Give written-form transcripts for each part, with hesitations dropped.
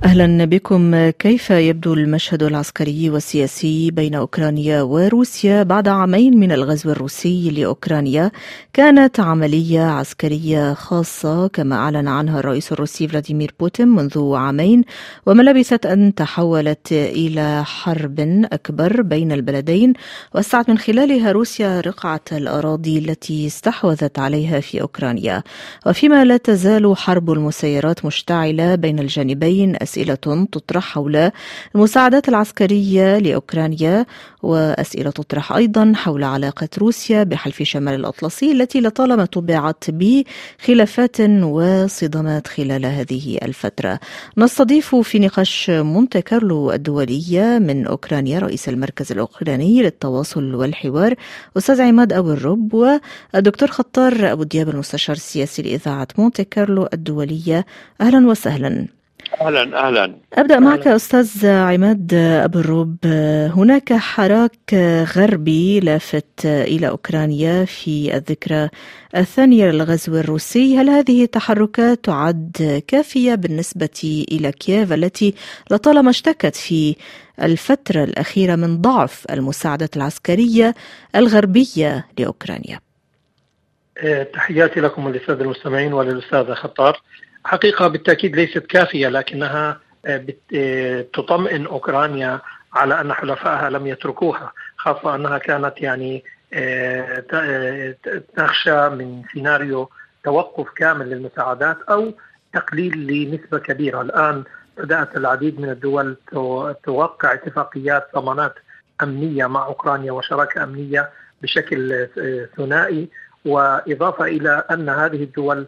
أهلا بكم. كيف يبدو المشهد العسكري والسياسي بين أوكرانيا وروسيا بعد عامين من الغزو الروسي لأوكرانيا؟ كانت عملية عسكرية خاصة كما أعلن عنها الرئيس الروسي فلاديمير بوتين منذ عامين، وما لبثت أن تحولت إلى حرب أكبر بين البلدين، وسعت من خلالها روسيا رقعة الأراضي التي استحوذت عليها في أوكرانيا. وفيما لا تزال حرب المسيرات مشتعلة بين الجانبين، أسئلة تطرح حول المساعدات العسكرية لأوكرانيا، وأسئلة تطرح أيضا حول علاقة روسيا بحلف شمال الأطلسي التي لطالما طبعت بخلافات وصدامات خلال هذه الفترة. نستضيف في نقاش مونte كارلو الدولية من أوكرانيا رئيس المركز الأوكراني للتواصل والحوار أستاذ عماد أبو الرب، والدكتور خطار أبو دياب المستشار السياسي لإذاعة مونte كارلو الدولية. أهلا وسهلا. أهلا. أبدأ معك أستاذ عماد أبو الرب. هناك حراك غربي لافت إلى أوكرانيا في الذكرى الثانية للغزو الروسي. هل هذه التحركات تعد كافية بالنسبة إلى كييف التي لطالما اشتكت في الفترة الأخيرة من ضعف المساعدة العسكرية الغربية لأوكرانيا؟ تحياتي لكم وللسادة المستمعين وللأستاذ خطار. حقيقة بالتأكيد ليست كافية، لكنها تطمئن أوكرانيا على أن حلفائها لم يتركوها، خاصة أنها كانت تخشى من سيناريو توقف كامل للمساعدات أو تقليل لنسبة كبيرة. الآن بدأت العديد من الدول توقع اتفاقيات ضمانات أمنية مع أوكرانيا وشراكة أمنية بشكل ثنائي، وإضافة إلى أن هذه الدول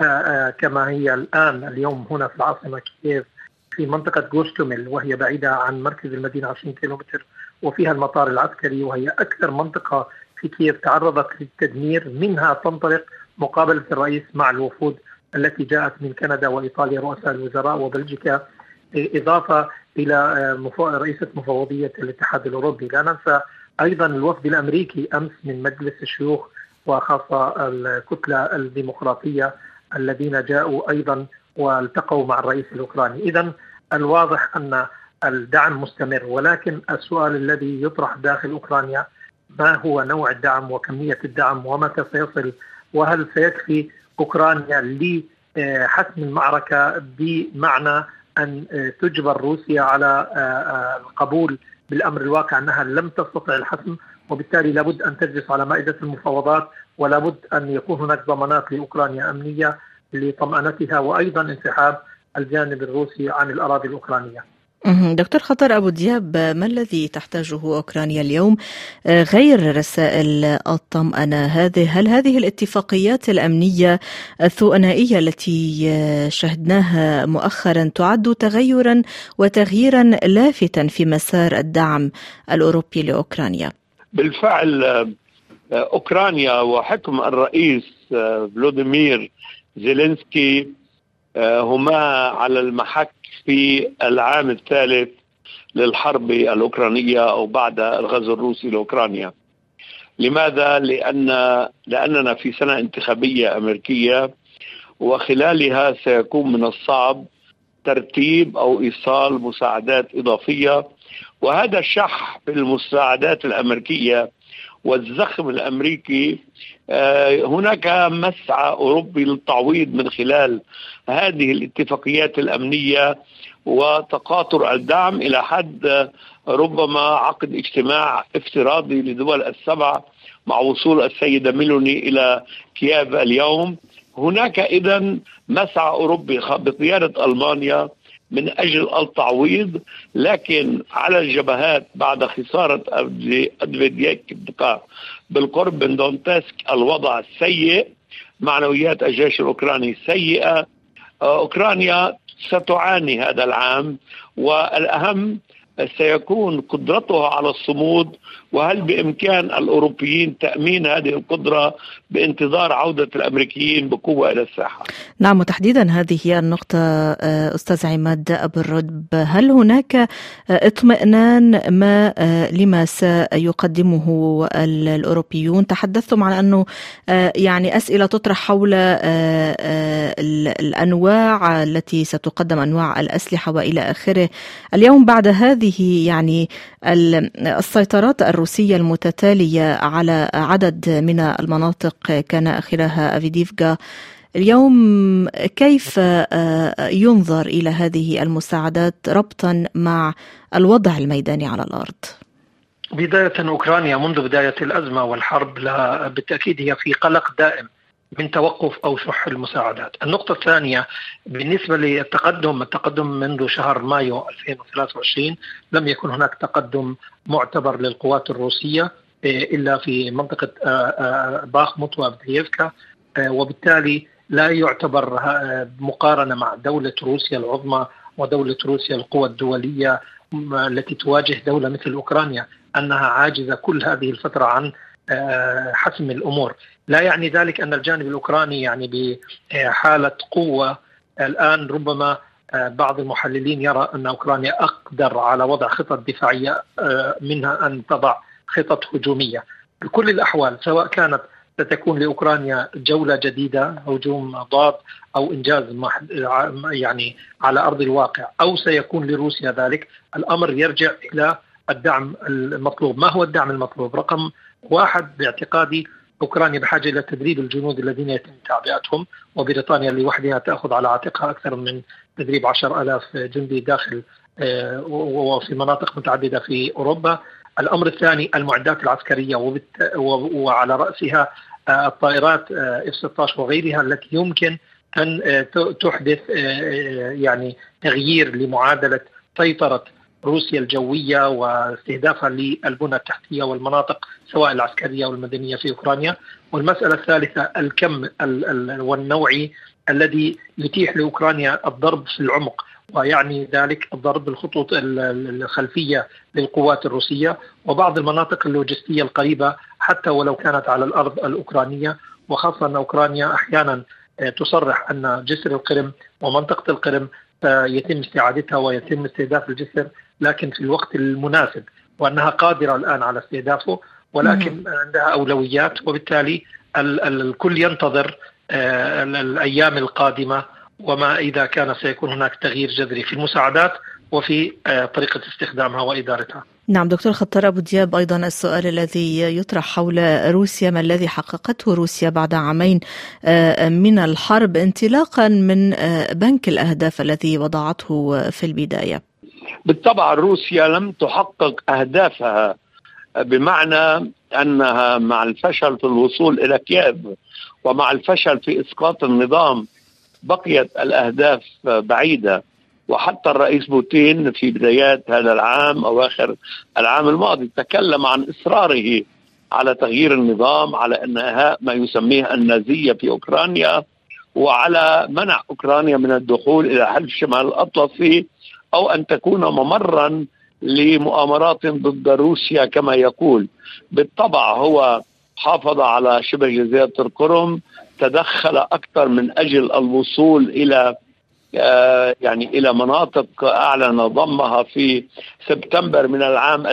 كما هي الآن اليوم هنا في العاصمة كييف في منطقة غوستوميل، وهي بعيدة عن مركز المدينة 20 كيلومتر، وفيها المطار العسكري، وهي أكثر منطقة في كييف تعرضت للتدمير. منها تنطلق مقابلة الرئيس مع الوفود التي جاءت من كندا وإيطاليا رؤساء الوزراء وبلجيكا، إضافة إلى رئيسة مفوضية الاتحاد الأوروبي. لا ننسى أيضا الوفد الأمريكي أمس من مجلس الشيوخ وخاصة الكتلة الديمقراطية الذين جاءوا أيضا والتقوا مع الرئيس الأوكراني. إذن الواضح أن الدعم مستمر، ولكن السؤال الذي يطرح داخل أوكرانيا ما هو نوع الدعم وكمية الدعم ومتى سيصل، وهل سيكفي أوكرانيا لحسم المعركة بمعنى أن تجبر روسيا على القبول بالأمر الواقع أنها لم تستطع الحسم، وبالتالي لابد أن تجلس على مائدة المفاوضات، ولابد أن يكون هناك ضمانات لأوكرانيا أمنية لطمأنتها وأيضا انسحاب الجانب الروسي عن الأراضي الأوكرانية. دكتور خطر أبو دياب، ما الذي تحتاجه أوكرانيا اليوم غير رسائل الطمأنة؟ هل هذه الاتفاقيات الأمنية الثنائية التي شهدناها مؤخرا تعد تغيرا وتغييرا لافتا في مسار الدعم الأوروبي لأوكرانيا؟ بالفعل أوكرانيا وحكم الرئيس فلاديمير زيلينسكي هما على المحك في العام الثالث للحرب الأوكرانية أو بعد الغزو الروسي لأوكرانيا. لماذا؟ لأننا في سنة انتخابية أمريكية، وخلالها سيكون من الصعب ترتيب أو إيصال مساعدات إضافية، وهذا الشح في المساعدات الأمريكية والزخم الأمريكي هناك مسعى أوروبي للتعويض من خلال هذه الاتفاقيات الأمنية وتقاطر الدعم إلى حد ربما عقد اجتماع افتراضي لدول السبع مع وصول السيدة ميلوني إلى كييف اليوم. هناك إذن مسعى أوروبي بقيادة ألمانيا من أجل التعويض، لكن على الجبهات بعد خسارة أدفيديفكا بالقرب من دونتسك الوضع سيء، معنويات الجيش الأوكراني سيئة. أوكرانيا ستعاني هذا العام، والأهم سيكون قدرته على الصمود، وهل بإمكان الأوروبيين تأمين هذه القدرة بانتظار عودة الأمريكيين بقوة إلى الساحة؟ نعم، وتحديدا هذه هي النقطة أستاذ عماد أبو الرد. هل هناك اطمئنان ما لما سيقدمه الأوروبيون؟ تحدثتم عن أنه يعني أسئلة تطرح حول الأنواع التي ستقدم، أنواع الأسلحة وإلى آخره. اليوم بعد هذه يعني السيطرات الروسية المتتالية على عدد من المناطق كان آخرها أفيديفكا، اليوم كيف ينظر إلى هذه المساعدات ربطا مع الوضع الميداني على الأرض؟ بداية أوكرانيا منذ بداية الأزمة والحرب بالتأكيد هي في قلق دائم من توقف أو شح المساعدات. النقطة الثانية بالنسبة للتقدم منذ شهر مايو 2023 لم يكن هناك تقدم معتبر للقوات الروسية إلا في منطقة باخموت وأفدييفكا، وبالتالي لا يعتبر مقارنة مع دولة روسيا العظمى ودولة روسيا القوى الدولية التي تواجه دولة مثل أوكرانيا أنها عاجزة كل هذه الفترة عن حسم الأمور. لا يعني ذلك أن الجانب الأوكراني يعني بحالة قوة الآن. ربما بعض المحللين يرى أن أوكرانيا أقدر على وضع خطط دفاعية منها أن تضع خطط هجومية. بكل الأحوال سواء كانت ستكون لأوكرانيا جولة جديدة هجوم ضاد أو إنجاز يعني على أرض الواقع، أو سيكون لروسيا ذلك، الأمر يرجع إلى الدعم المطلوب. ما هو الدعم المطلوب؟ رقم واحد باعتقادي أوكرانيا بحاجة إلى تدريب الجنود الذين يتم تعبئتهم، وبريطانيا لوحدها تأخذ على عاتقها أكثر من تدريب 10,000 جندي داخل وفي مناطق متعددة في أوروبا. الأمر الثاني المعدات العسكرية، وعلى رأسها الطائرات F-16 وغيرها التي يمكن أن تحدث يعني تغيير لمعادلة سيطرة روسيا الجوية واستهدافها للبنى التحتية والمناطق سواء العسكرية والمدنية في أوكرانيا. والمسألة الثالثة الكم والنوعي الذي يتيح لأوكرانيا الضرب في العمق، ويعني ذلك الضرب بالخطوط الخلفية للقوات الروسية وبعض المناطق اللوجستية القريبة حتى ولو كانت على الأرض الأوكرانية. وخاصة أن أوكرانيا أحيانا تصرح أن جسر القرم ومنطقة القرم يتم استعادتها ويتم استهداف الجسر لكن في الوقت المناسب، وأنها قادرة الآن على استهدافه ولكن عندها أولويات. وبالتالي الكل ينتظر الأيام القادمة وما إذا كان سيكون هناك تغيير جذري في المساعدات وفي طريقة استخدامها وإدارتها. نعم دكتور خطر أبو دياب، أيضا السؤال الذي يطرح حول روسيا، ما الذي حققته روسيا بعد عامين من الحرب انطلاقا من بنك الأهداف الذي وضعته في البداية؟ بالطبع روسيا لم تحقق أهدافها، بمعنى أنها مع الفشل في الوصول إلى كييف ومع الفشل في إسقاط النظام بقيت الأهداف بعيدة. وحتى الرئيس بوتين في بدايات هذا العام أو آخر العام الماضي تكلم عن إصراره على تغيير النظام، على إنهاء ما يسميه النازية في أوكرانيا، وعلى منع أوكرانيا من الدخول إلى حلف شمال الأطلسي أو أن تكون ممرا لمؤامرات ضد روسيا كما يقول. بالطبع هو حافظ على شبه جزيرة القرم، تدخل أكثر من أجل الوصول إلى يعني إلى مناطق أعلن ضمها في سبتمبر من العام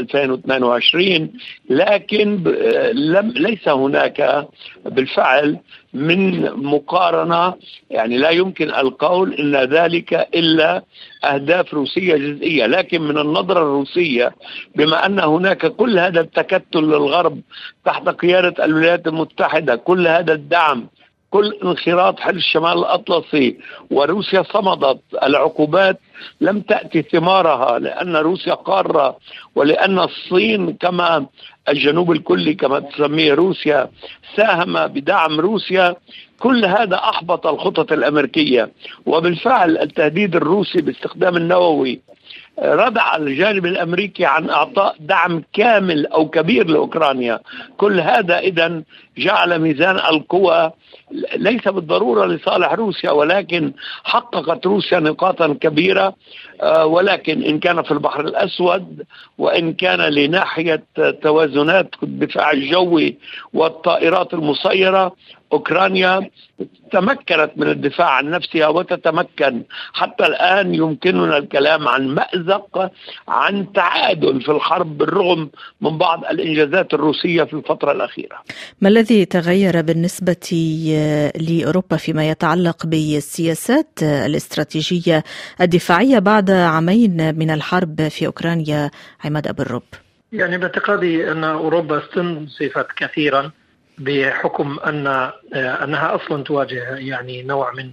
2022، لكن ليس هناك بالفعل من مقارنة. يعني لا يمكن القول إن ذلك إلا أهداف روسية جزئية، لكن من النظرة الروسية بما أن هناك كل هذا التكتل للغرب تحت قيادة الولايات المتحدة، كل هذا الدعم، كل انخراط حلف الشمال الأطلسي، وروسيا صمدت، العقوبات لم تأتي ثمارها لأن روسيا قارة، ولأن الصين كما الجنوب الكلي كما تسميه روسيا ساهم بدعم روسيا. كل هذا أحبط الخطط الأمريكية. وبالفعل التهديد الروسي باستخدام النووي ردع الجانب الأمريكي عن إعطاء دعم كامل أو كبير لأوكرانيا. كل هذا إذن جعل ميزان القوى ليس بالضرورة لصالح روسيا، ولكن حققت روسيا نقاطا كبيرة. ولكن إن كان في البحر الأسود، وإن كان لناحية توازنات الدفاع الجوي والطائرات المسيرة، أوكرانيا تمكنت من الدفاع عن نفسها وتتمكن. حتى الآن يمكننا الكلام عن مأزق، عن تعادل في الحرب بالرغم من بعض الإنجازات الروسية في الفترة الأخيرة. ما الذي تغير بالنسبة لأوروبا فيما يتعلق بالسياسات الاستراتيجية الدفاعية بعد عامين من الحرب في أوكرانيا عماد أبو الرب؟ يعني باعتقادي أن أوروبا استنزفت كثيرا بحكم أنها أصلا تواجه يعني نوع من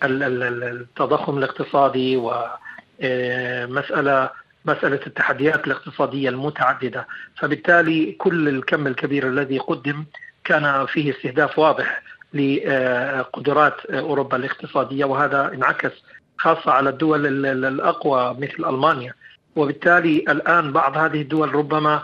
التضخم الاقتصادي ومسألة التحديات الاقتصادية المتعددة. فبالتالي كل الكم الكبير الذي قدم كان فيه استهداف واضح لقدرات أوروبا الاقتصادية، وهذا انعكس خاصة على الدول الأقوى مثل ألمانيا. وبالتالي الآن بعض هذه الدول ربما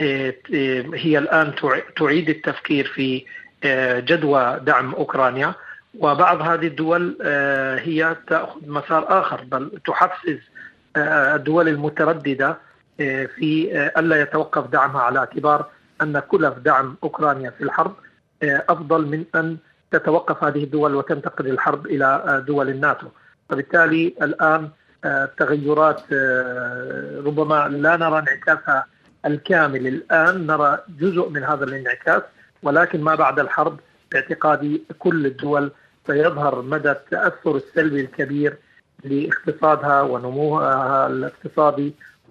هي الآن تعيد التفكير في جدوى دعم أوكرانيا، وبعض هذه الدول هي تأخذ مسار آخر، بل تحفز الدول المترددة في ألا يتوقف دعمها، على اعتبار أن كلف دعم أوكرانيا في الحرب أفضل من أن تتوقف هذه الدول وتنتقل الحرب إلى دول الناتو. فبالتالي الآن تغيرات ربما لا نرى انعكاسها الكامل الآن، نرى جزء من هذا الانعكاس، ولكن ما بعد الحرب باعتقادي كل الدول سيظهر مدى التأثر السلبي الكبير لاقتصادها ونموها الاقتصادي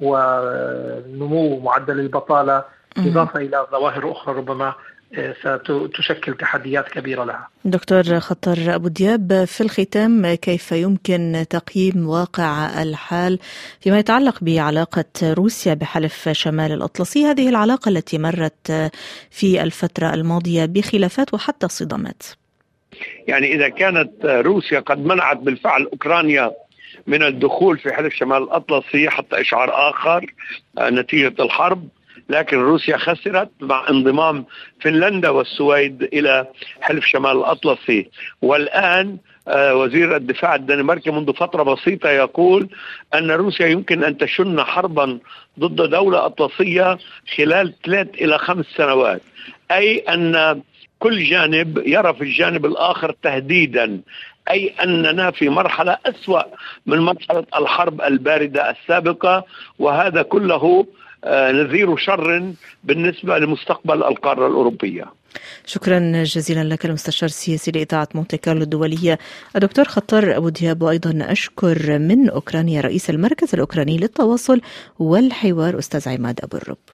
ونمو معدل البطالة، إضافة إلى ظواهر أخرى ربما ستشكل تحديات كبيرة لها. دكتور خطر أبو دياب، في الختام كيف يمكن تقييم واقع الحال فيما يتعلق بعلاقة روسيا بحلف شمال الأطلسي، هذه العلاقة التي مرت في الفترة الماضية بخلافات وحتى صدامات؟ يعني إذا كانت روسيا قد منعت بالفعل أوكرانيا من الدخول في حلف شمال الأطلسي حتى إشعار آخر نتيجة الحرب، لكن روسيا خسرت مع انضمام فنلندا والسويد إلى حلف شمال الأطلسي. والآن وزير الدفاع الدنماركي منذ فترة بسيطة يقول أن روسيا يمكن أن تشن حربا ضد دولة أطلسية خلال 3 إلى 5 سنوات، أي أن كل جانب يرى في الجانب الآخر تهديدا، أي أننا في مرحلة أسوأ من مرحلة الحرب الباردة السابقة، وهذا كله نذير شر بالنسبة لمستقبل القارة الأوروبية. شكرا جزيلا لك المستشار السياسي لإذاعة مونتي كارلو الدولية الدكتور خطر أبو دياب، وأيضا أشكر من أوكرانيا رئيس المركز الأوكراني للتواصل والحوار أستاذ عماد أبو الرب.